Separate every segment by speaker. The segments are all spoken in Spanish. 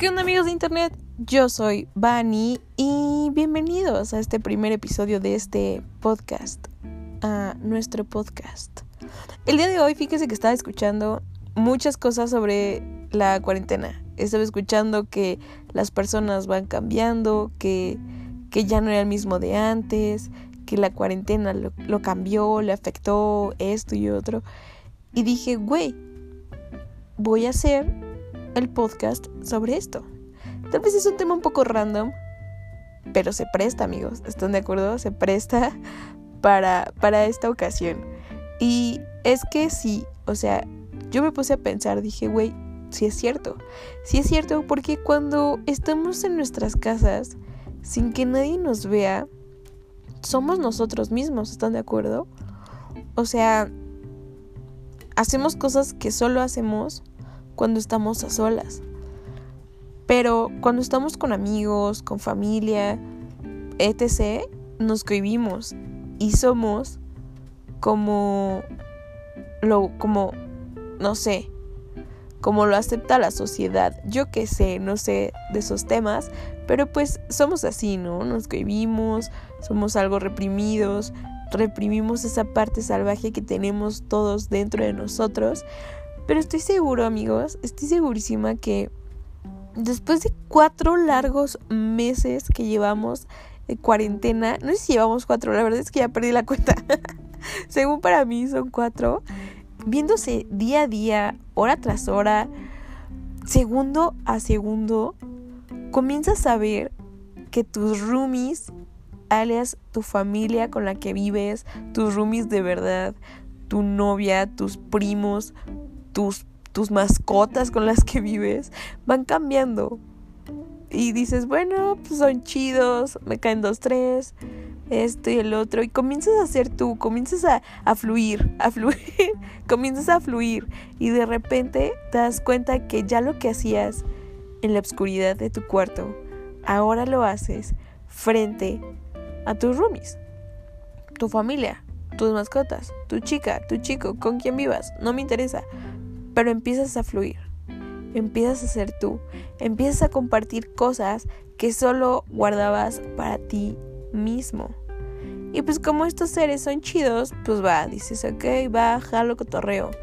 Speaker 1: ¿Qué onda, amigos de internet? Yo soy Vani y bienvenidos a este primer episodio de este podcast, a nuestro podcast. El día de hoy, fíjese que estaba escuchando muchas cosas sobre la cuarentena. Estaba escuchando que las personas van cambiando, que ya no era el mismo de antes, que la cuarentena lo cambió, le afectó esto y otro. Y dije, voy a hacer el podcast sobre esto. Tal vez es un tema un poco random, pero se presta, amigos. ¿Están de acuerdo? Se presta para esta ocasión. Y es que sí, o sea, yo me puse a pensar, dije, sí es cierto. Sí es cierto porque cuando estamos en nuestras casas, sin que nadie nos vea, somos nosotros mismos, ¿están de acuerdo? O sea, hacemos cosas que solo hacemos cuando estamos a solas. Pero cuando estamos con amigos, con familia, etc., nos cohibimos y somos como lo acepta la sociedad. Yo qué sé, no sé de esos temas, pero pues somos así, ¿no? Nos cohibimos, somos algo reprimidos, reprimimos esa parte salvaje que tenemos todos dentro de nosotros. Pero estoy seguro, amigos, estoy segurísima que después de 4 largos meses que llevamos de cuarentena, no sé si llevamos 4, la verdad es que ya perdí la cuenta. Según para mí son 4, viéndose día a día, hora tras hora, segundo a segundo, comienzas a ver que tus roomies, alias tu familia con la que vives, tus roomies de verdad, tu novia, tus primos, tus mascotas con las que vives van cambiando y dices, bueno, pues son chidos, me caen 2, 3, esto y el otro, y comienzas a ser tú, comienzas a fluir, comienzas a fluir y de repente te das cuenta que ya lo que hacías en la oscuridad de tu cuarto, ahora lo haces frente a tus roomies, tu familia, tus mascotas, tu chica, tu chico, con quien vivas, no me interesa. Pero empiezas a fluir, empiezas a ser tú, empiezas a compartir cosas que solo guardabas para ti mismo. Y pues como estos seres son chidos, pues dices, jalo cotorreo.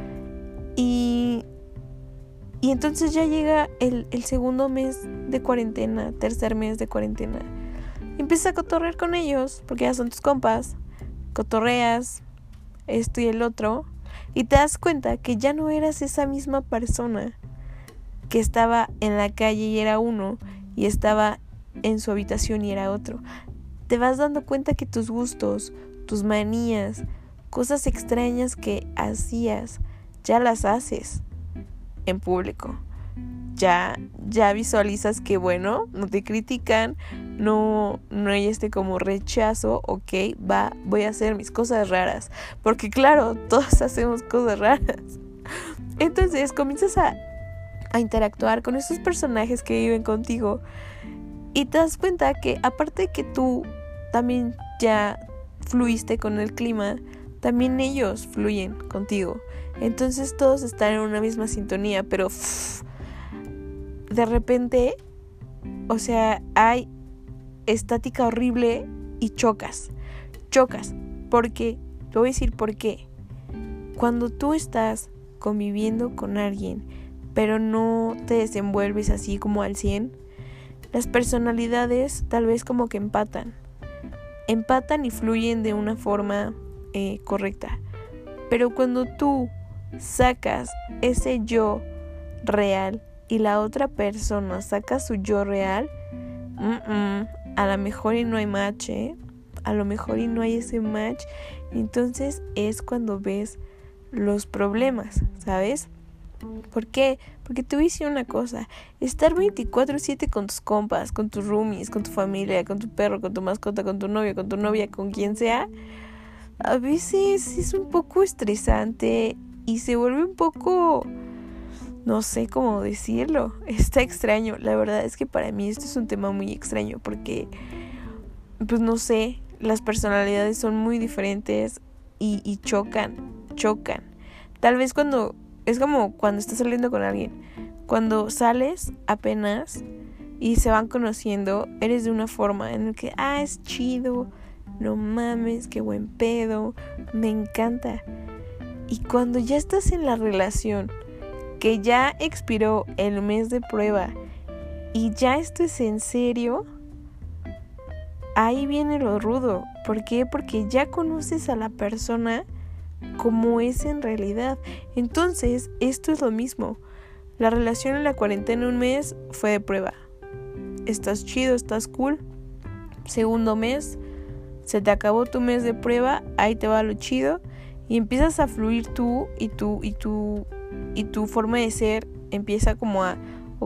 Speaker 1: Y entonces ya llega el segundo mes de cuarentena, tercer mes de cuarentena. Empiezas a cotorrear con ellos, porque ya son tus compas, cotorreas, esto y el otro. Y te das cuenta que ya no eras esa misma persona que estaba en la calle y era uno, y estaba en su habitación y era otro. Te vas dando cuenta que tus gustos, tus manías, cosas extrañas que hacías, ya las haces en público. Ya visualizas que no te critican, no hay como rechazo, voy a hacer mis cosas raras, porque claro, todos hacemos cosas raras. Entonces comienzas a interactuar con esos personajes que viven contigo y te das cuenta que aparte de que tú también ya fluiste con el clima, también ellos fluyen contigo. Entonces todos están en una misma sintonía, pero de repente, o sea, hay estática horrible y chocas, porque, te voy a decir por qué. Cuando tú estás conviviendo con alguien, pero no te desenvuelves así como al 100, las personalidades tal vez como que empatan y fluyen de una forma correcta. Pero cuando tú sacas ese yo real y la otra persona saca su yo real, a lo mejor y no hay match, a lo mejor y no hay ese match. Entonces es cuando ves los problemas, ¿sabes? ¿Por qué? Porque te voy a decir una cosa, estar 24/7 con tus compas, con tus roomies, con tu familia, con tu perro, con tu mascota, con tu novio, con tu novia, con quien sea, a veces es un poco estresante y se vuelve un poco, no sé cómo decirlo, está extraño. La verdad es que para mí esto es un tema muy extraño porque, pues no sé, las personalidades son muy diferentes y chocan. Tal vez es como cuando estás saliendo con alguien. cuando sales apenas y se van conociendo, eres de una forma en la que, es chido, no mames, qué buen pedo, me encanta. Y cuando ya estás en la relación, que ya expiró el mes de prueba y ya esto es en serio, ahí viene lo rudo. ¿Por qué? Porque ya conoces a la persona como es en realidad. Entonces, esto es lo mismo. La relación en la cuarentena un mes fue de prueba. Estás chido, estás cool. Segundo mes, se te acabó tu mes de prueba, ahí te va lo chido. Y empiezas a fluir tú y tu forma de ser empieza como a,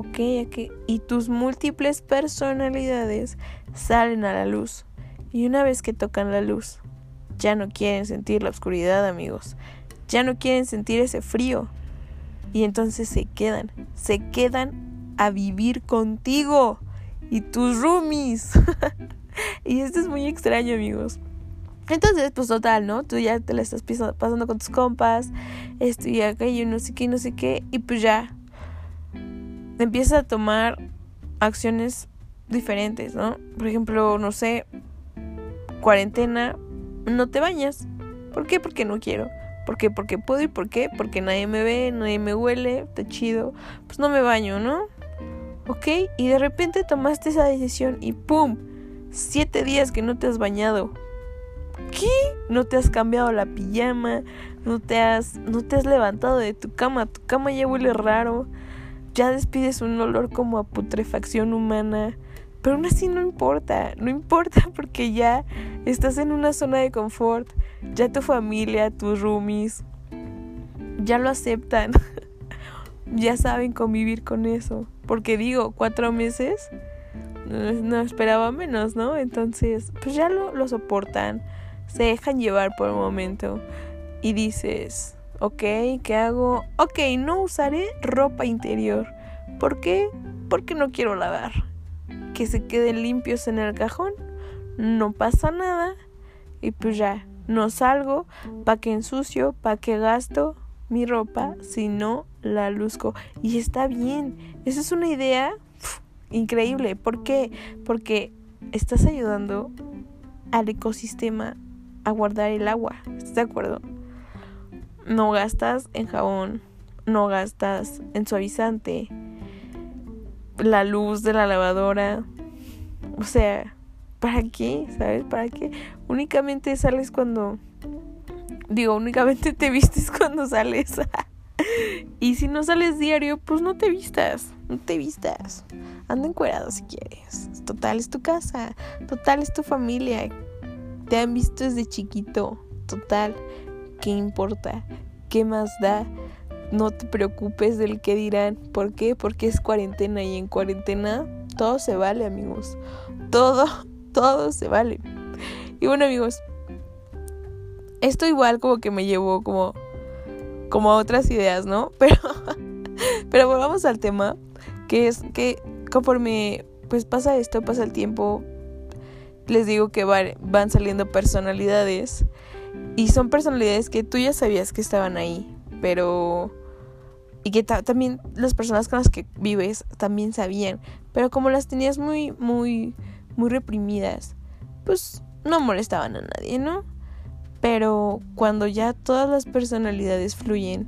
Speaker 1: y tus múltiples personalidades salen a la luz. Y una vez que tocan la luz, ya no quieren sentir la oscuridad, amigos. Ya no quieren sentir ese frío. Y entonces se quedan a vivir contigo y tus roomies. Y esto es muy extraño, amigos. Entonces, pues total, ¿no? Tú ya te la estás pasando con tus compas, esto y aquello, no sé qué, y pues ya empiezas a tomar acciones diferentes, ¿no? Por ejemplo, no sé, cuarentena, no te bañas. ¿Por qué? Porque no quiero. ¿Por qué? Porque puedo. ¿Y por qué? Porque nadie me ve, nadie me huele, está chido. Pues no me baño, ¿no? ¿Ok? Y de repente tomaste esa decisión y ¡pum! 7 días que no te has bañado. ¿Qué? No te has cambiado la pijama, no te has levantado de tu cama ya huele raro, ya despides un olor como a putrefacción humana, pero aún así no importa porque ya estás en una zona de confort, ya tu familia, tus roomies, ya lo aceptan, ya saben convivir con eso, porque digo, 4 meses, no esperaba menos, ¿no? Entonces, pues ya lo soportan. Se dejan llevar por un momento y dices, ok, ¿qué hago? Ok, no usaré ropa interior. ¿Por qué? Porque no quiero lavar. Que se queden limpios en el cajón, no pasa nada. Y pues ya, no salgo, ¿pa' qué ensucio? ¿Pa' qué gasto mi ropa si no la luzco? Y está bien, esa es una idea increíble. ¿Por qué? Porque estás ayudando al ecosistema a guardar el agua, ¿estás de acuerdo? No gastas en jabón, no gastas en suavizante, la luz de la lavadora, o sea, ¿para qué? ¿Sabes? ¿Para qué? Únicamente sales únicamente te vistes cuando sales. Y si no sales diario, pues no te vistas. Anda encuerado si quieres. Total, es tu casa, total, es tu familia. Te han visto desde chiquito, total, ¿qué importa? ¿Qué más da? No te preocupes del qué dirán. ¿Por qué? Porque es cuarentena y en cuarentena todo se vale, amigos. Todo se vale. Y bueno, amigos, esto igual como que me llevó como a otras ideas, ¿no? Pero volvamos al tema, que es que conforme pues pasa el tiempo, les digo que van saliendo personalidades y son personalidades que tú ya sabías que estaban ahí, pero y que también las personas con las que vives también sabían, pero como las tenías muy muy muy reprimidas, pues no molestaban a nadie, ¿no? Pero cuando ya todas las personalidades fluyen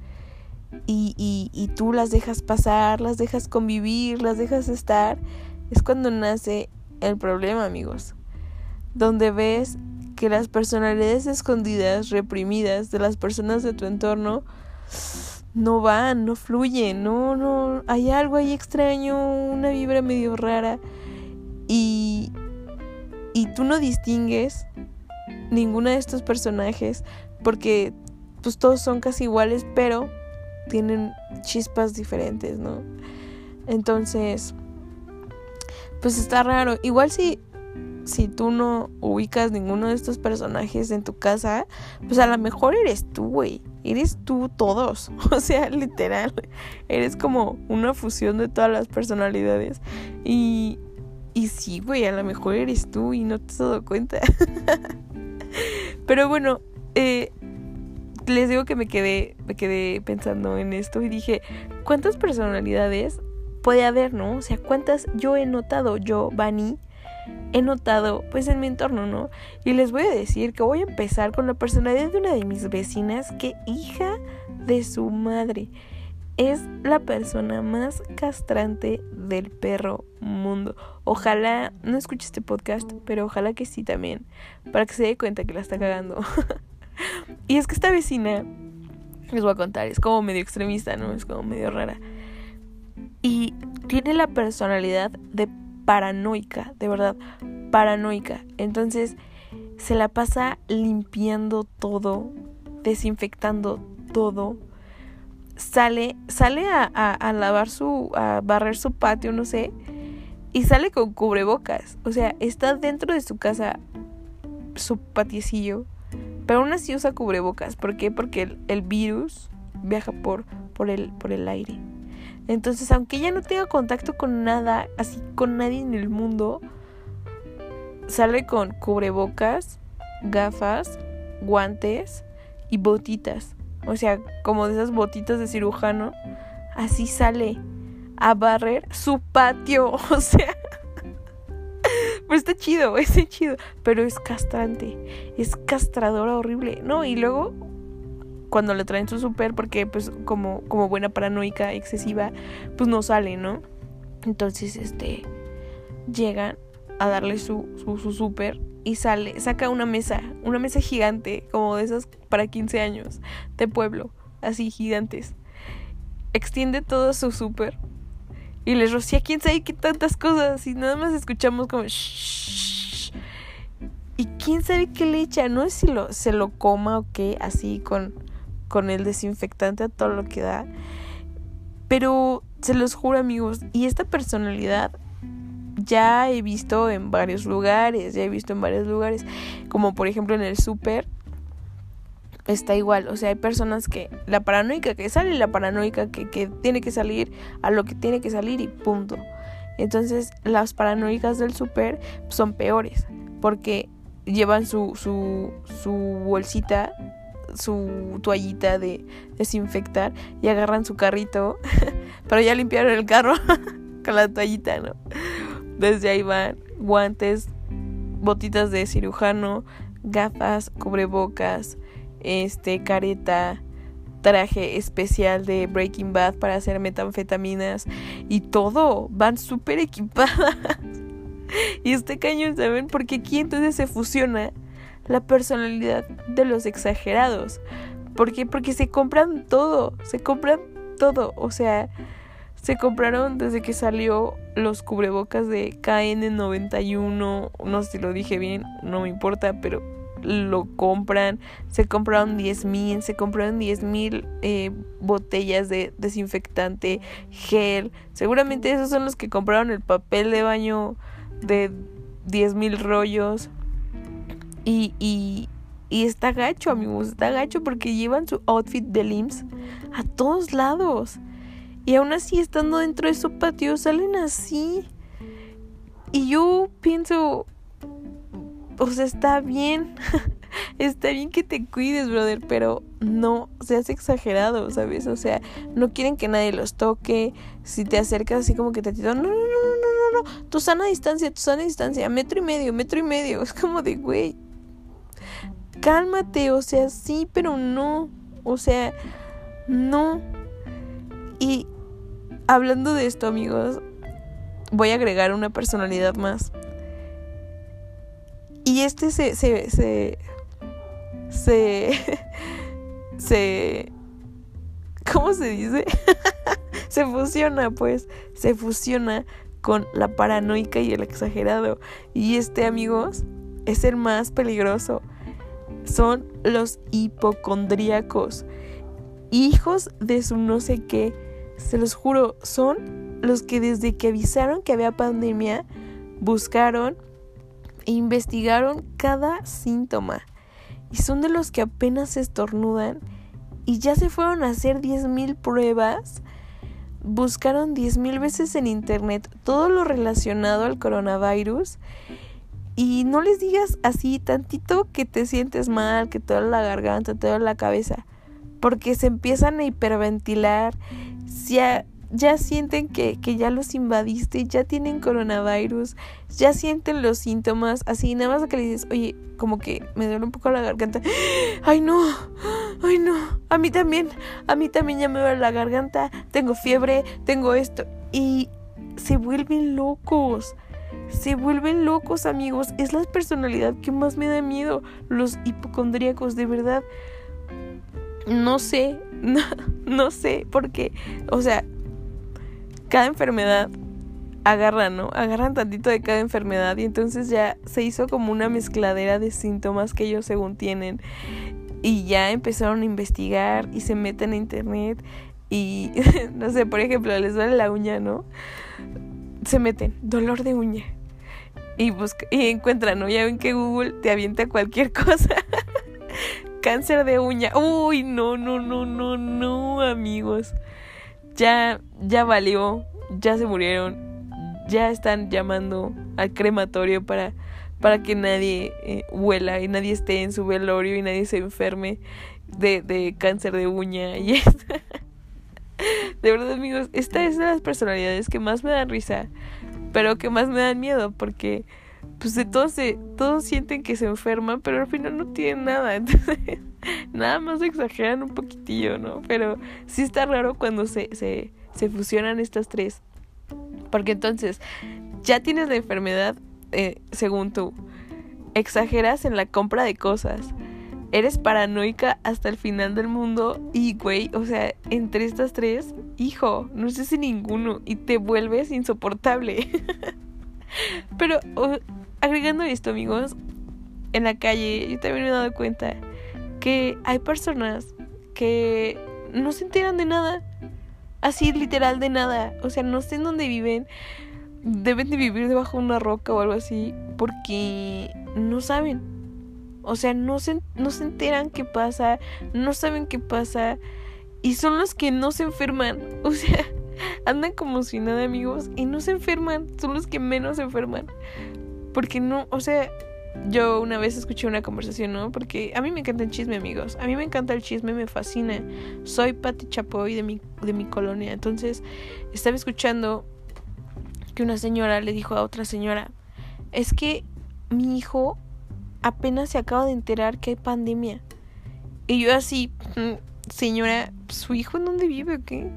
Speaker 1: y tú las dejas pasar, las dejas convivir, las dejas estar, es cuando nace el problema, amigos, donde ves que las personalidades escondidas, reprimidas de las personas de tu entorno no fluyen, no, hay algo ahí extraño, una vibra medio rara y tú no distingues ninguno de estos personajes porque pues todos son casi iguales, pero tienen chispas diferentes, ¿no? Entonces pues está raro. Igual si tú no ubicas ninguno de estos personajes en tu casa, pues a lo mejor eres tú, güey. Eres tú todos. O sea, literal. Eres como una fusión de todas las personalidades. Y sí, güey, a lo mejor eres tú y no te has dado cuenta. Pero bueno, les digo que me quedé pensando en esto y dije, ¿cuántas personalidades puede haber, no? O sea, ¿cuántas yo he notado, Vani, he notado pues en mi entorno, ¿no? Y les voy a decir que voy a empezar con la personalidad de una de mis vecinas, que hija de su madre, es la persona más castrante del perro mundo. Ojalá no escuche este podcast, pero ojalá que sí también, para que se dé cuenta que la está cagando. Y es que esta vecina, les voy a contar, es como medio extremista, ¿no? Es como medio rara. Y tiene la personalidad de paranoica, de verdad, paranoica. Entonces se la pasa limpiando todo, desinfectando todo. Sale a lavar a barrer su patio, no sé, y sale con cubrebocas. O sea, está dentro de su casa, su patiecillo, pero aún así usa cubrebocas. ¿Por qué? Porque el virus viaja por el aire. Entonces, aunque ella no tenga contacto con nada, así con nadie en el mundo, sale con cubrebocas, gafas, guantes y botitas. O sea, como de esas botitas de cirujano. Así sale a barrer su patio. O sea, pero está chido. Pero es castrante. Es castradora horrible. No, y luego, cuando le traen su súper, porque pues como buena paranoica excesiva, pues no sale, ¿no? Entonces, llegan a darle su súper y saca una mesa gigante, como de esas para 15 años, de pueblo, así gigantes. Extiende todo su súper y les rocía quién sabe qué tantas cosas, y nada más escuchamos como shh, y quién sabe qué le echa. No sé si se lo coma o qué, así con el desinfectante a todo lo que da, pero se los juro, amigos, y esta personalidad ya he visto en varios lugares, como por ejemplo en el súper, está igual. O sea, hay personas que la paranoica que sale, la paranoica que tiene que salir a lo que tiene que salir y punto. Entonces las paranoicas del súper son peores, porque llevan su bolsita, su toallita de desinfectar, y agarran su carrito pero ya limpiaron el carro con la toallita, ¿no? Desde ahí van guantes, botitas de cirujano, gafas, cubrebocas, careta, traje especial de Breaking Bad para hacer metanfetaminas y todo. Van súper equipadas. Y cañón, ¿saben? Porque aquí entonces se fusiona la personalidad de los exagerados. ¿Por qué? Porque se compran todo. O sea, se compraron desde que salió los cubrebocas de KN91, no sé si lo dije bien, no me importa, pero lo compran. Se compraron 10,000 botellas de desinfectante, gel. Seguramente esos son los que compraron el papel de baño de 10,000 rollos. Y está gacho, amigos, está gacho, porque llevan su outfit de LIMS a todos lados. Y aún así, estando dentro de su patio, salen así. Y yo pienso, o sea, está bien. Está bien que te cuides, brother, pero no seas exagerado, ¿sabes? O sea, no quieren que nadie los toque. Si te acercas así como que te tiran, no. Tu sana distancia, metro y medio. Es como de, güey, cálmate, o sea, sí, pero no. O sea, no. Y hablando de esto, amigos, voy a agregar una personalidad más. Y ¿cómo se dice? Se fusiona con la paranoica y el exagerado. Y amigos, es el más peligroso. Son los hipocondríacos, hijos de su no sé qué. Se los juro, son los que desde que avisaron que había pandemia, buscaron e investigaron cada síntoma. Y son de los que apenas estornudan y ya se fueron a hacer 10,000 pruebas. Buscaron 10,000 veces en internet todo lo relacionado al coronavirus. Y no les digas así tantito que te sientes mal, que te duele la garganta, te duele la cabeza. porque se empiezan a hiperventilar, ya sienten que ya los invadiste, ya tienen coronavirus, ya sienten los síntomas, así nada más que le dices, oye, como que me duele un poco la garganta, ay no, a mí también ya me duele la garganta, tengo fiebre, tengo esto, y se vuelven locos, amigos. Es la personalidad que más me da miedo, los hipocondríacos, de verdad. No sé, porque, o sea, cada enfermedad agarran tantito de cada enfermedad y entonces ya se hizo como una mezcladera de síntomas que ellos según tienen y ya empezaron a investigar y se meten a internet y no sé, por ejemplo, les duele la uña, ¿no? Se meten, dolor de uña y encuentran, ¿no? Ya ven que Google te avienta cualquier cosa. Cáncer de uña. Uy, no, amigos. Ya valió, ya se murieron, ya están llamando al crematorio para que nadie huela y nadie esté en su velorio y nadie se enferme de cáncer de uña. Y de verdad, amigos, esta es de las personalidades que más me dan risa, pero que más me dan miedo, porque pues de todos sienten que se enferman, pero al final no tienen nada, entonces nada más exageran un poquitillo, ¿no? Pero sí está raro cuando se fusionan estas tres, porque entonces ya tienes la enfermedad, según tú, exageras en la compra de cosas, eres paranoica hasta el final del mundo y, güey, o sea, entre estas tres, hijo, no sé si ninguno, y te vuelves insoportable. Pero agregando esto, amigos, en la calle yo también me he dado cuenta que hay personas que no se enteran de nada, así literal de nada, o sea, no sé en dónde viven, deben de vivir debajo de una roca o algo así, porque no saben. O sea, no se enteran qué pasa, no saben qué pasa, y son los que no se enferman. O sea, andan como si nada, amigos, y no se enferman, son los que menos se enferman. Porque no, o sea, yo una vez escuché una conversación, ¿no? Porque a mí me encanta el chisme, amigos, a mí me encanta el chisme, me fascina. Soy Pati Chapoy de mi colonia, entonces estaba escuchando que una señora le dijo a otra señora, es que mi hijo apenas se acaba de enterar que hay pandemia. Y yo así, señora, ¿su hijo en dónde vive o qué?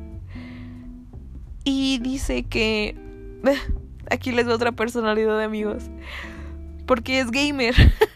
Speaker 1: Y dice que aquí les doy otra personalidad, de amigos, porque es gamer.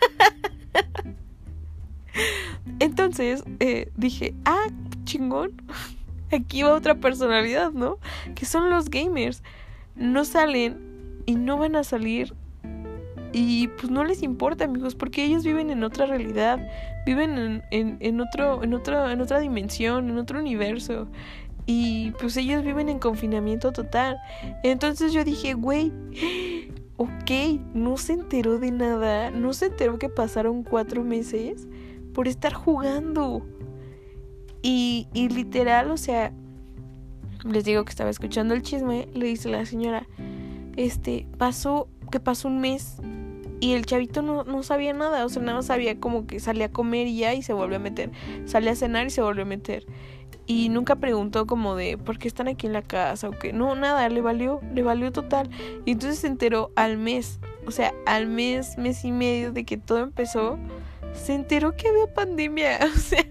Speaker 1: Entonces dije, chingón, aquí va otra personalidad, ¿no? Que son los gamers. No salen y no van a salir. Y pues no les importa, amigos, porque ellos viven en otra realidad, viven en otra dimensión, en otro universo. Y pues ellos viven en confinamiento total. Entonces yo dije, güey, ok, no se enteró de nada, no se enteró que pasaron 4 meses por estar jugando. Y literal, o sea, les digo que estaba escuchando el chisme, le dice la señora, pasó un mes. Y el chavito no sabía nada, o sea, nada más sabía como que salía a comer y ya, y se volvió a meter. Salía a cenar y se volvió a meter. Y nunca preguntó como de ¿por qué están aquí en la casa? O qué. No, nada, le valió total. Y entonces se enteró al mes, o sea, al mes y medio de que todo empezó, se enteró que había pandemia, o sea.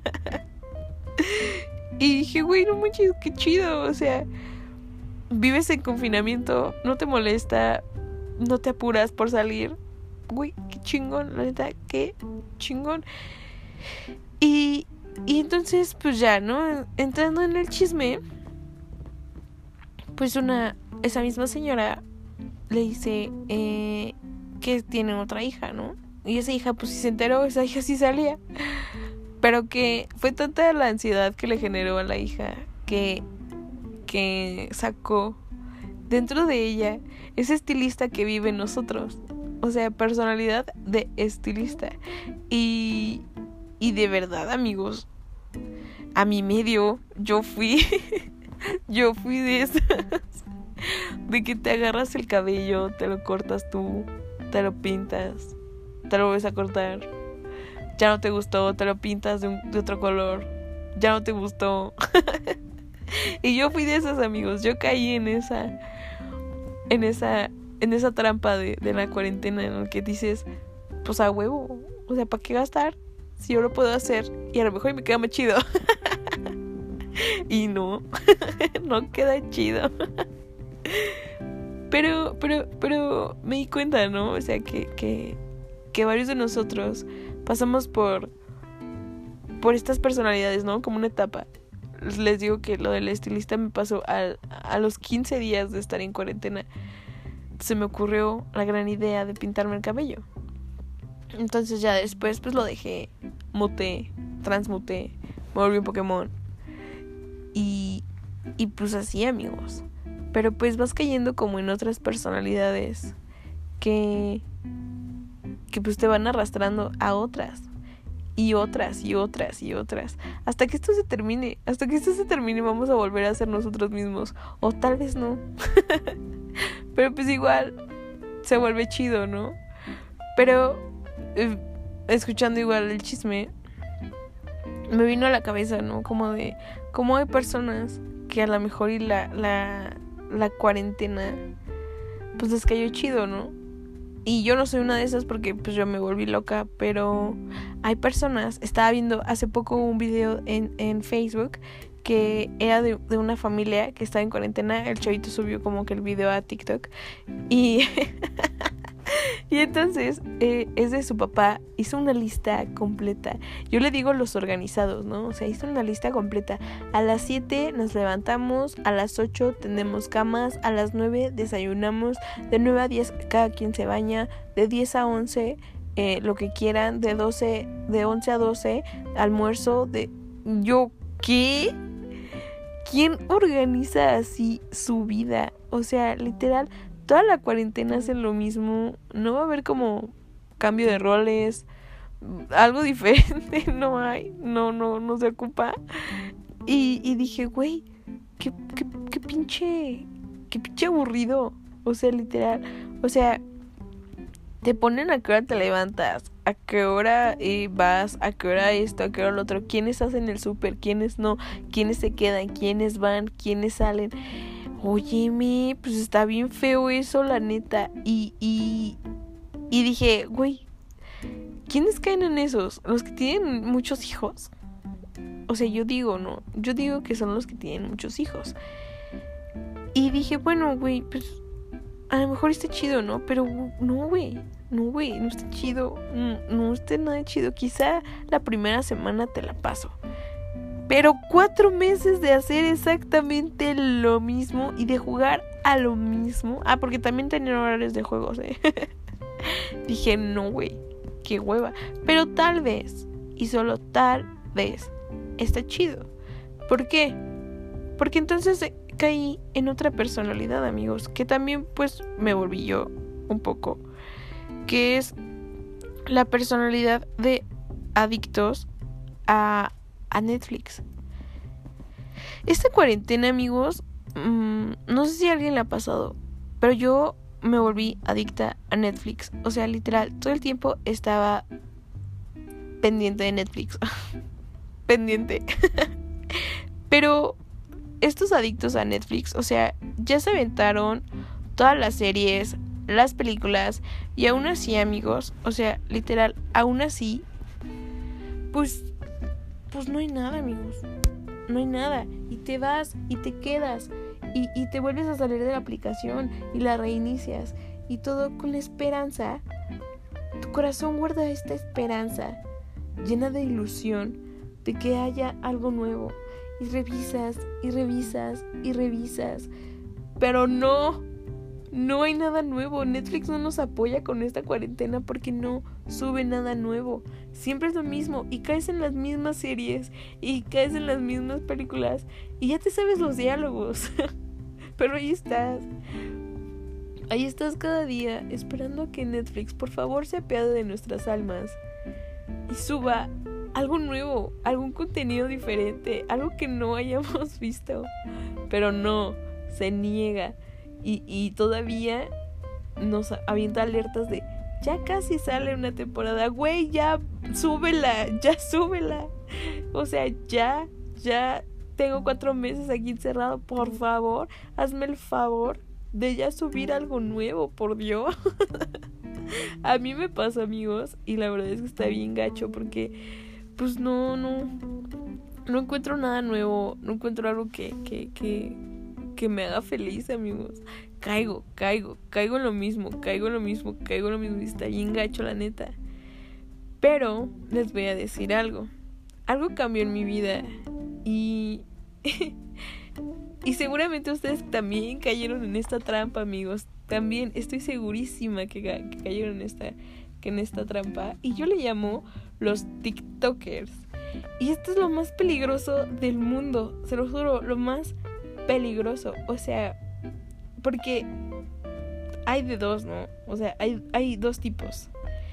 Speaker 1: Y dije, güey, no manches, qué chido, o sea, vives en confinamiento, no te molesta, no te apuras por salir. Güey, qué chingón, la neta, qué chingón. Y entonces, pues ya, ¿no? Entrando en el chisme, pues esa misma señora le dice que tiene otra hija, ¿no? Y esa hija, pues sí se enteró, esa hija sí salía. Pero que fue tanta la ansiedad que le generó a la hija que sacó dentro de ella ese estilista que vive en nosotros. O sea, personalidad de estilista. Y de verdad, amigos, a mi medio, yo fui de esas, de que te agarras el cabello, te lo cortas tú, te lo pintas, te lo vuelves a cortar, ya no te gustó, te lo pintas de otro color, ya no te gustó. Y yo fui de esos amigos, yo caí en esa trampa de la cuarentena en la que dices, pues a huevo, o sea, ¿para qué gastar si yo lo puedo hacer y a lo mejor me queda más chido? Y no queda chido. Pero me di cuenta, ¿no? O sea, que varios de nosotros pasamos por estas personalidades, ¿no? Como una etapa. Les digo que lo del estilista me pasó a los 15 días de estar en cuarentena. Se me ocurrió la gran idea de pintarme el cabello. Entonces ya después pues lo dejé, muté, transmuté, me volví un Pokémon. Y pues así, amigos. Pero pues vas cayendo como en otras personalidades que pues te van arrastrando a otras. Y otras, y otras, y otras. Hasta que esto se termine. Vamos a volver a ser nosotros mismos. O tal vez no. Pero pues igual se vuelve chido, ¿no? Pero escuchando igual el chisme, me vino a la cabeza, ¿no? Como de cómo hay personas que a lo mejor y la cuarentena pues les cayó chido, ¿no? Y yo no soy una de esas porque pues yo me volví loca, pero hay personas, estaba viendo hace poco un video en Facebook que era de una familia que estaba en cuarentena. El chavito subió como que el video a TikTok y y entonces es de su papá, hizo una lista completa. Yo le digo los organizados, ¿no? O sea, hizo una lista completa. A las 7 nos levantamos, a las 8 tendemos camas, a las 9 desayunamos, de 9 a 10 cada quien se baña, de 10 a 11 lo que quieran, de 11 a 12 almuerzo, ¿yo qué? ¿Quién organiza así su vida? O sea, literal, toda la cuarentena hacen lo mismo. No va a haber como cambio de roles, algo diferente no hay, no se ocupa. Y dije, güey, qué pinche aburrido. O sea, literal, o sea, te ponen a qué hora te levantas, a qué hora vas, a qué hora esto, a qué hora lo otro, quiénes hacen el súper, quiénes no, quiénes se quedan, quiénes van, quiénes salen. Óyeme, pues está bien feo eso, la neta. Y dije, güey, ¿quiénes caen en esos? ¿Los que tienen muchos hijos? O sea, yo digo, ¿no? Yo digo que son los que tienen muchos hijos. Y dije, bueno, güey, pues a lo mejor está chido, ¿no? Pero no, güey, no está chido. No está nada chido. Quizá la primera semana te la paso. Pero 4 meses de hacer exactamente lo mismo y de jugar a lo mismo. Ah, porque también tenían horarios de juegos, Dije, no, güey, qué hueva. Pero tal vez, y solo tal vez, está chido. ¿Por qué? Porque entonces caí en otra personalidad, amigos, que también pues me volví yo un poco. Que es la personalidad de adictos a Netflix. Esta cuarentena, amigos, no sé si a alguien le ha pasado, pero yo me volví adicta a Netflix. O sea, literal, todo el tiempo estaba pendiente de Netflix. Pendiente. Pero estos adictos a Netflix, o sea, ya se aventaron todas las series, las películas, y aún así, amigos, o sea, literal, aún así, pues no hay nada, amigos. No hay nada. Y te vas y te quedas. Y te vuelves a salir de la aplicación y la reinicias. Y todo con la esperanza. Tu corazón guarda esta esperanza llena de ilusión de que haya algo nuevo. Y revisas, y revisas, y revisas. Pero no hay nada nuevo. Netflix no nos apoya con esta cuarentena porque no sube nada nuevo. Siempre es lo mismo y caes en las mismas series y caes en las mismas películas y ya te sabes los diálogos. Pero ahí estás cada día esperando a que Netflix por favor se apiade de nuestras almas y suba algo nuevo, algún contenido diferente, algo que no hayamos visto. Pero no, se niega. Y todavía nos avienta alertas de ya casi sale una temporada, güey, ya súbela. O sea, ya ya tengo 4 meses aquí encerrado. Por favor, hazme el favor de ya subir algo nuevo, por Dios. A mí me pasa, amigos, y la verdad es que está bien gacho porque pues no encuentro nada nuevo, no encuentro algo que me haga feliz, amigos. Caigo en lo mismo, y está bien gacho, la neta. Pero les voy a decir algo cambió en mi vida y y seguramente ustedes también cayeron en esta trampa, amigos. También estoy segurísima que cayeron en esta trampa. Y yo le llamo los TikTokers. Y esto es lo más peligroso del mundo. Se lo juro, lo más peligroso. O sea, porque hay de dos, ¿no? O sea, hay dos tipos.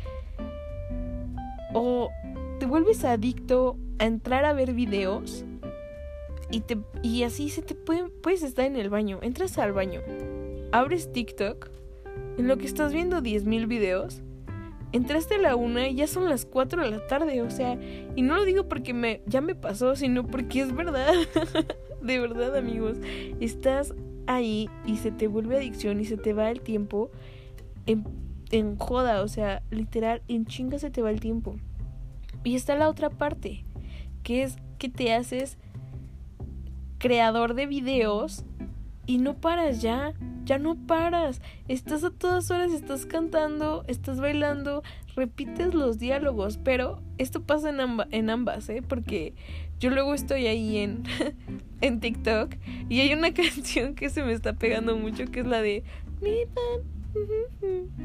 Speaker 1: O te vuelves adicto a entrar a ver videos y así puedes estar en el baño. Entras al baño, abres TikTok, en lo que estás viendo 10,000 videos. Entraste a la 1 y ya son las 4 de la tarde, o sea, y no lo digo porque ya me pasó, sino porque es verdad. De verdad, amigos, estás ahí y se te vuelve adicción y se te va el tiempo en joda, o sea, literal, en chinga se te va el tiempo. Y está la otra parte, que es que te haces creador de videos y no paras ya no paras. Estás a todas horas, estás cantando, estás bailando, repites los diálogos, pero esto pasa en ambas, porque yo luego estoy ahí en TikTok y hay una canción que se me está pegando mucho, que es la de mi pan,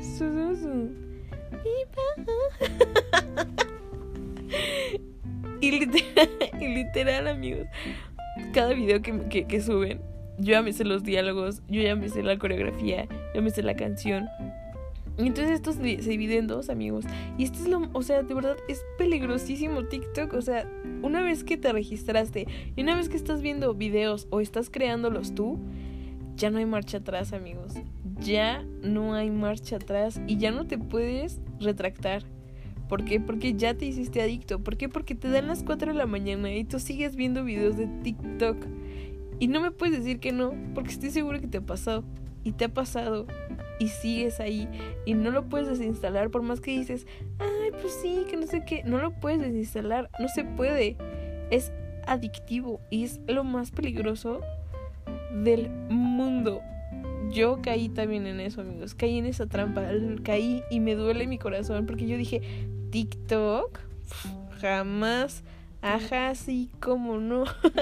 Speaker 1: y literal, amigos, cada video que suben, yo ya me sé los diálogos, yo ya me sé la coreografía, yo me sé la canción. Y entonces esto se divide en dos, amigos. Y esto es o sea, de verdad es peligrosísimo TikTok. O sea, una vez que te registraste y una vez que estás viendo videos o estás creándolos tú, ya no hay marcha atrás, amigos. Ya no hay marcha atrás y ya no te puedes retractar. ¿Por qué? Porque ya te hiciste adicto. ¿Por qué? Porque te dan las 4 de la mañana y tú sigues viendo videos de TikTok. Y no me puedes decir que no, porque estoy seguro que te ha pasado. Y te ha pasado. Y sigues ahí. Y no lo puedes desinstalar. Por más que dices, ay, pues sí, que no sé qué. No lo puedes desinstalar. No se puede. Es adictivo. Y es lo más peligroso del mundo. Yo caí también en eso, amigos. Caí en esa trampa. Caí y me duele mi corazón. Porque yo dije, TikTok, jamás. Ajá, sí, cómo no.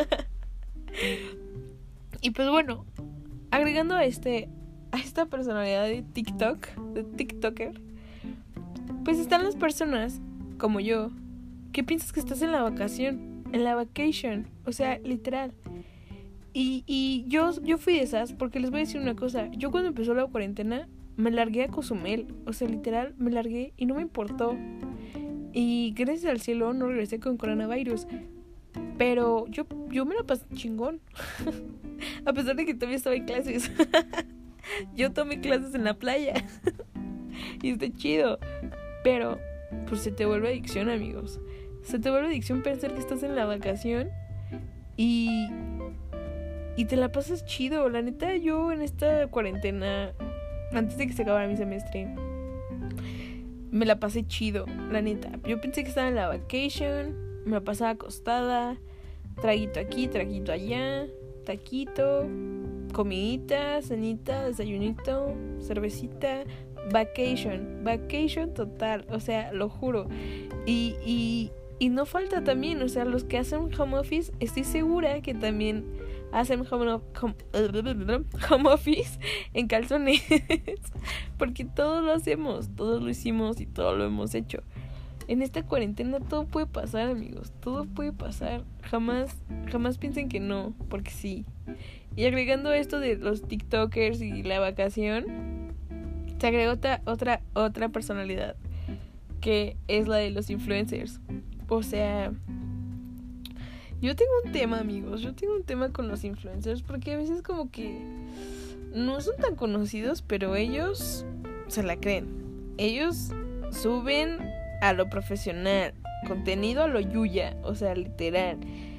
Speaker 1: Y pues bueno, agregando a esta personalidad de TikTok, de TikToker, pues están las personas como yo que piensas que estás en la vacation, o sea, literal. Y yo fui de esas, porque les voy a decir una cosa. Yo cuando empezó la cuarentena me largué a Cozumel, o sea, literal, me largué y no me importó. Y gracias al cielo no regresé con coronavirus. Pero yo me la pasé chingón. A pesar de que todavía estaba en clases. Yo tomé clases en la playa. Y está chido. Pero pues se te vuelve adicción, amigos. Se te vuelve adicción pensar que estás en la vacación y te la pasas chido. La neta, yo en esta cuarentena, antes de que se acabara mi semestre, me la pasé chido, la neta. Yo pensé que estaba en la vacation, me la pasaba acostada, traguito aquí, traguito allá, taquito, comidita, cenita, desayunito, cervecita, vacation total, o sea, lo juro. Y no falta también, o sea, los que hacen home office, estoy segura que también hacen home office en calzones. Porque todos lo hacemos, todos lo hicimos y todos lo hemos hecho. En esta cuarentena todo puede pasar, amigos, todo puede pasar. Jamás piensen que no, porque sí. Y agregando esto de los TikTokers y la vacación, se agrega otra personalidad, que es la de los influencers. O sea, yo tengo un tema, amigos, con los influencers, porque a veces como que no son tan conocidos, pero ellos se la creen. Ellos suben a lo profesional, contenido a lo yuya, o sea, literal.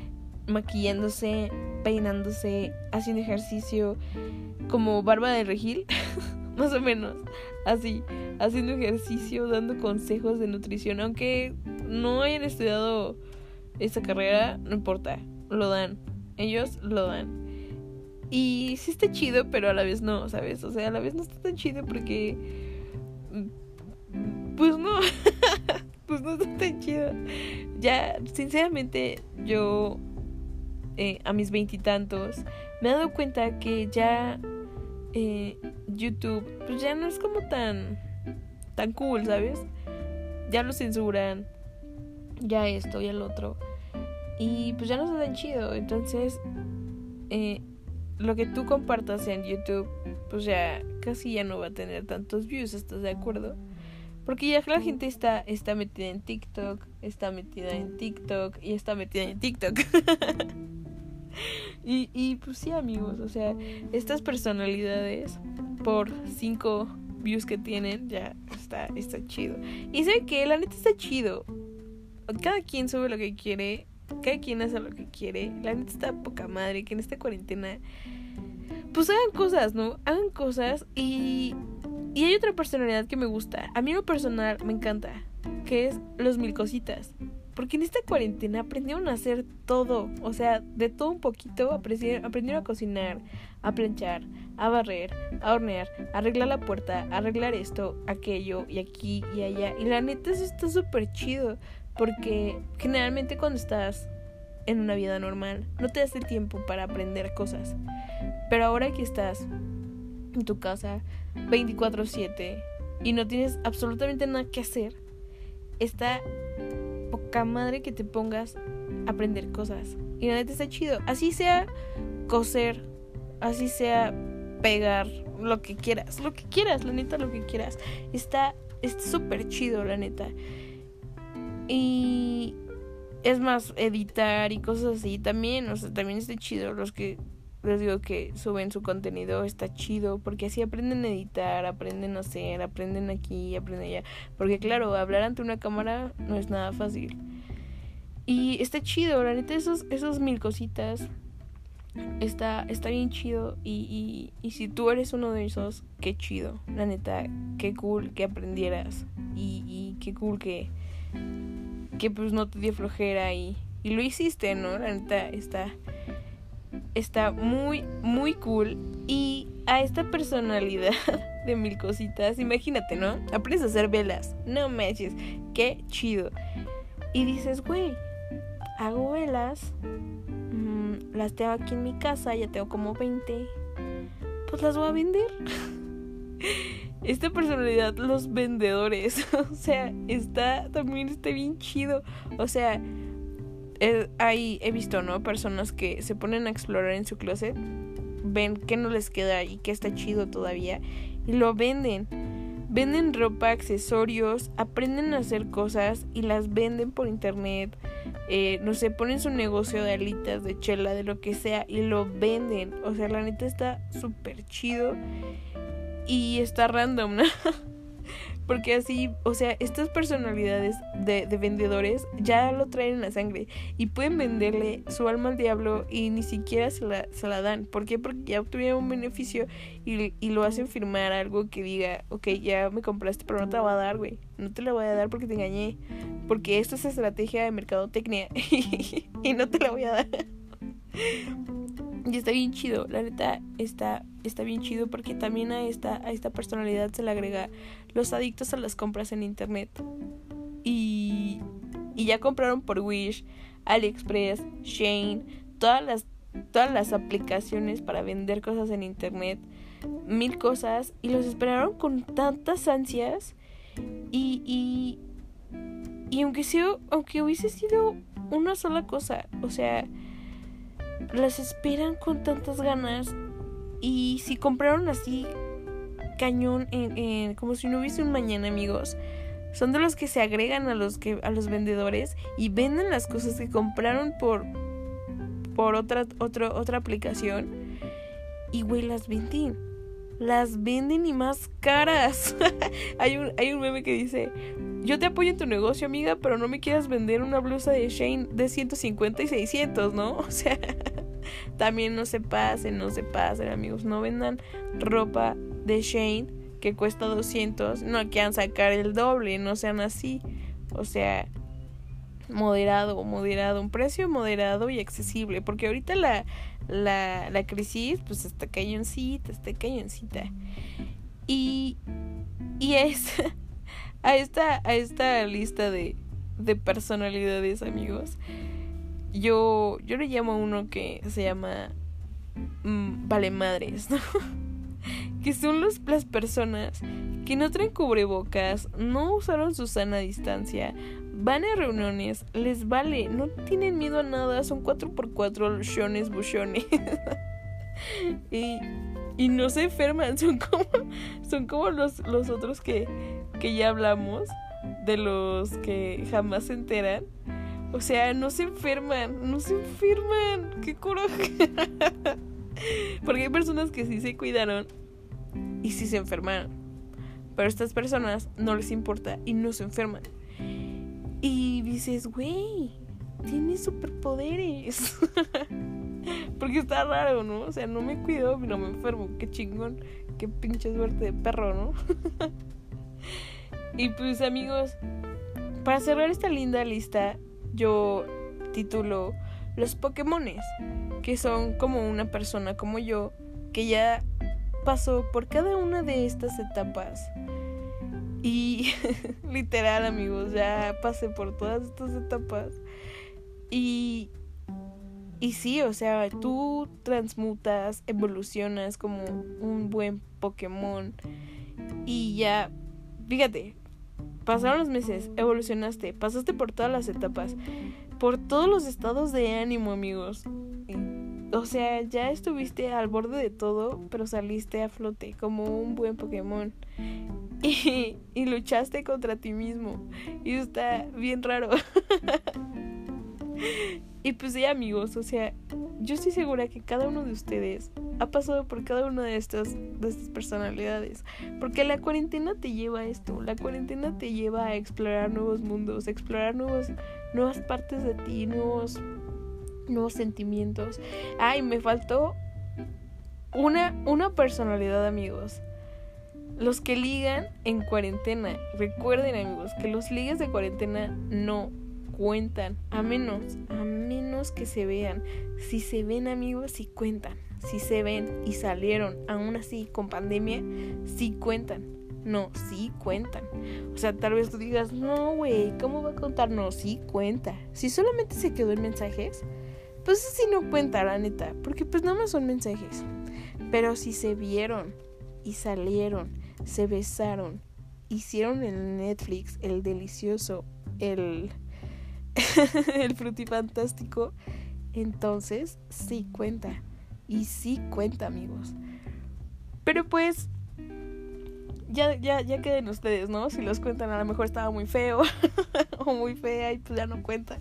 Speaker 1: maquillándose, peinándose, haciendo ejercicio, como Barba de Regil, más o menos, así, haciendo ejercicio, dando consejos de nutrición, aunque no hayan estudiado esa carrera, no importa, lo dan, ellos lo dan. Y sí está chido, pero a la vez no, ¿sabes? O sea, a la vez no está tan chido porque... pues no, pues no está tan chido. Ya, sinceramente, yo a mis 20 y tantos me he dado cuenta que ya YouTube pues ya no es como tan cool, ¿sabes? Ya lo censuran, ya esto, ya lo otro, y pues ya no está tan chido. Entonces lo que tú compartas en YouTube pues ya casi ya no va a tener tantos views, ¿estás de acuerdo? Porque ya la gente está metida en TikTok, está metida en TikTok y está metida en TikTok. y pues sí, amigos, o sea, estas personalidades por 5 views que tienen ya está chido. Y sé que la neta está chido. Cada quien sube lo que quiere, cada quien hace lo que quiere. La neta está poca madre que en esta cuarentena pues hagan cosas, ¿no? Hagan cosas y hay otra personalidad que me gusta. A mí en lo personal me encanta, que es los mil cositas. Porque en esta cuarentena aprendieron a hacer todo. O sea, de todo un poquito. Aprendieron a cocinar, a planchar, a barrer, a hornear, a arreglar la puerta, a arreglar esto, aquello, y aquí y allá. Y la neta eso está súper chido. Porque generalmente cuando estás en una vida normal no te das el tiempo para aprender cosas. Pero ahora que estás en tu casa 24/7 y no tienes absolutamente nada que hacer, está poca madre que te pongas a aprender cosas. Y la neta está chido. Así sea coser, así sea pegar, lo que quieras, la neta, lo que quieras. Está súper chido, la neta. Y es más, editar y cosas así también, o sea, también está chido. Los que les digo que suben su contenido está chido, porque así aprenden a editar, aprenden a hacer, aprenden aquí, aprenden allá. Porque claro, hablar ante una cámara no es nada fácil. Y está chido, la neta, esos mil cositas está bien chido. Y si tú eres uno de esos, qué chido, la neta, qué cool que aprendieras. Y qué cool que pues no te dio flojera y lo hiciste, ¿no? La neta está muy, muy cool. Y a esta personalidad de mil cositas, imagínate, ¿no? Aprendes a hacer velas, no manches, qué chido. Y dices, güey, hago velas, las tengo aquí en mi casa, ya tengo como 20, pues las voy a vender. Esta personalidad, los vendedores, o sea, está bien chido. O sea, he visto, ¿no? Personas que se ponen a explorar en su closet, ven que no les queda y que está chido todavía, y lo venden. Venden ropa, accesorios, aprenden a hacer cosas y las venden por internet. No sé, ponen su negocio de alitas, de chela, de lo que sea, y lo venden. O sea, la neta está súper chido. Y está random, ¿no? Porque así, o sea, estas personalidades de vendedores ya lo traen en la sangre y pueden venderle su alma al diablo y ni siquiera se la dan. ¿Por qué? Porque ya obtuvieron un beneficio y lo hacen firmar algo que diga, ok, ya me compraste, pero no te la voy a dar, güey. No te la voy a dar porque te engañé. Porque esto es estrategia de mercadotecnia y no te la voy a dar. Y está bien chido, la neta está bien chido, porque también a esta personalidad se le agrega los adictos a las compras en internet. Y ya compraron por Wish, AliExpress, Shein, todas las aplicaciones para vender cosas en internet, 1000 cosas, y los esperaron con tantas ansias. Y aunque hubiese sido una sola cosa, o sea, las esperan con tantas ganas. Y si compraron así cañón, como si no hubiese un mañana, amigos, son de los que se agregan a los vendedores y venden las cosas que compraron por otra aplicación. Y güey, las venden y más caras. Hay un meme que dice, yo te apoyo en tu negocio, amiga, pero no me quieras vender una blusa de Shein de 150 y 600, ¿no? O sea, también no se pasen, amigos. No vendan ropa de Shein que cuesta 200, no quieran sacar el doble, no sean así. O sea, moderado, un precio moderado y accesible, porque ahorita la crisis pues está cañoncita. Y a esta lista de personalidades, amigos, yo le llamo a uno que se llama vale madres, ¿no? Que son las personas que no traen cubrebocas, no usaron su sana distancia, van a reuniones, les vale, no tienen miedo a nada, son 4x4 lociones, buchones. y no se enferman, son como los otros que ya hablamos, de los que jamás se enteran. O sea, no se enferman, qué coraje. Porque hay personas que sí se cuidaron y sí se enfermaron, pero a estas personas no les importa y no se enferman. Y dices, güey, tienes superpoderes. Porque está raro, ¿no? O sea, no me cuido y no me enfermo. Qué chingón, qué pinche suerte de perro, ¿no? Y pues, amigos, para cerrar esta linda lista, yo titulo los Pokémones, que son como una persona como yo, que ya pasó por cada una de estas etapas. Y literal, amigos, ya pasé por todas estas etapas. Y sí, o sea, tú transmutas, evolucionas como un buen Pokémon. Y ya, fíjate, pasaron los meses, evolucionaste, pasaste por todas las etapas, por todos los estados de ánimo, amigos. O sea, ya estuviste al borde de todo, pero saliste a flote como un buen Pokémon. Y luchaste contra ti mismo. Y está bien raro. Y pues sí, amigos, o sea, yo estoy segura que cada uno de ustedes ha pasado por cada una de estas personalidades. Porque la cuarentena te lleva a esto. La cuarentena te lleva a explorar nuevos mundos, a explorar nuevas partes de ti, nuevos sentimientos. Ay, me faltó una personalidad, amigos. Los que ligan en cuarentena. Recuerden, amigos, que los ligues de cuarentena no cuentan, a menos que se vean. Si se ven, amigos, sí cuentan. Si se ven y salieron aún así con pandemia, sí cuentan. No, sí cuentan. O sea, tal vez tú digas, no, güey, ¿cómo va a contar? No, sí cuenta. Si solamente se quedó en mensajes, pues sí no cuenta, la neta, porque pues nada más son mensajes. Pero si se vieron y salieron, se besaron, hicieron el Netflix, el delicioso, el frutifantástico, entonces sí cuenta. Y sí cuenta, amigos. Pero pues ya queden ustedes, ¿no? Si los cuentan, a lo mejor estaba muy feo o muy fea y pues ya no cuenta.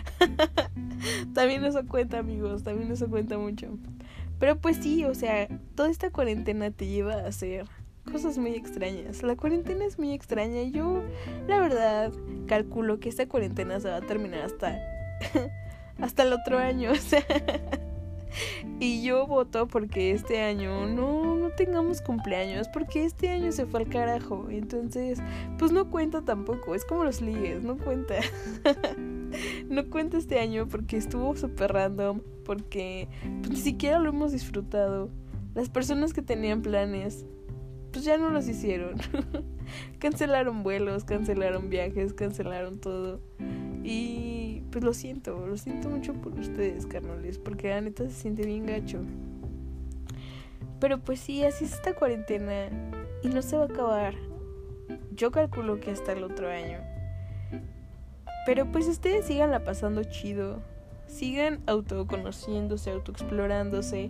Speaker 1: También eso cuenta, amigos, también eso cuenta mucho. Pero pues sí, o sea, toda esta cuarentena te lleva a hacer cosas muy extrañas. La cuarentena es muy extraña. Yo, la verdad, calculo que esta cuarentena se va a terminar hasta el otro año, o sea. Y yo voto porque este año no tengamos cumpleaños, porque este año se fue al carajo. Entonces, pues no cuenta tampoco. Es como los ligues, no cuenta. No cuenta este año porque estuvo súper random, porque pues ni siquiera lo hemos disfrutado. Las personas que tenían planes, pues ya no los hicieron. Cancelaron vuelos, cancelaron viajes, cancelaron todo. Y pues lo siento mucho por ustedes, carnales, porque la neta se siente bien gacho. Pero pues sí, así es esta cuarentena y no se va a acabar. Yo calculo que hasta el otro año. Pero pues ustedes síganla pasando chido, sigan autoconociéndose, autoexplorándose.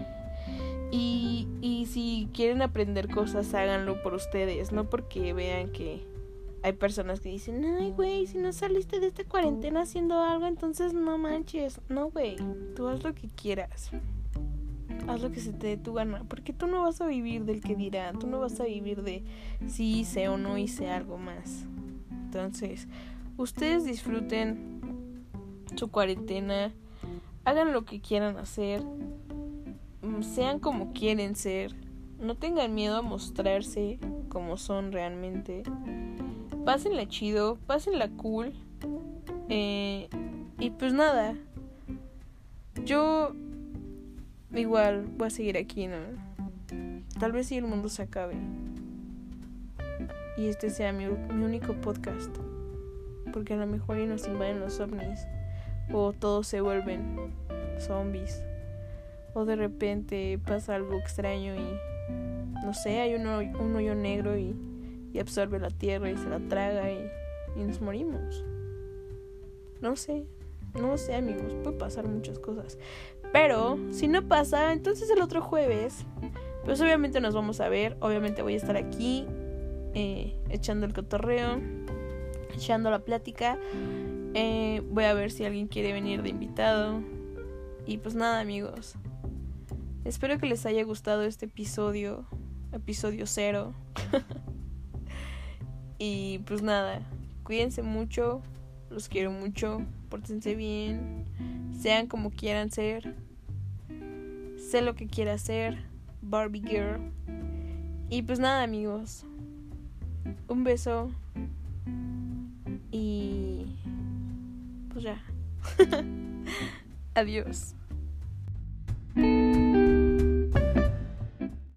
Speaker 1: Y si quieren aprender cosas, háganlo por ustedes, no porque vean que hay personas que dicen, ay, güey, si no saliste de esta cuarentena haciendo algo, entonces no manches. No, güey, tú haz lo que quieras. Haz lo que se te dé tu gana, porque tú no vas a vivir del que dirán, tú no vas a vivir de si hice o no hice algo más. Entonces, ustedes disfruten su cuarentena, hagan lo que quieran hacer, sean como quieren ser, no tengan miedo a mostrarse como son realmente, pásenla chido, pásenla cool, y pues nada, yo igual voy a seguir aquí, ¿no? Tal vez si el mundo se acabe y este sea mi único podcast, porque a lo mejor nos invaden los ovnis, o todos se vuelven zombies, o de repente pasa algo extraño y no sé, hay un hoyo negro y absorbe la tierra y se la traga y nos morimos. No sé amigos, puede pasar muchas cosas, pero si no pasa, entonces el otro jueves pues obviamente nos vamos a ver, obviamente voy a estar aquí echando el cotorreo, echando la plática, voy a ver si alguien quiere venir de invitado. Y pues nada amigos, espero que les haya gustado este episodio 0. Y pues nada, cuídense mucho, los quiero mucho, pórtense bien, sean como quieran ser, sé lo que quiera hacer, Barbie Girl. Y pues nada amigos, un beso y pues ya. Adiós.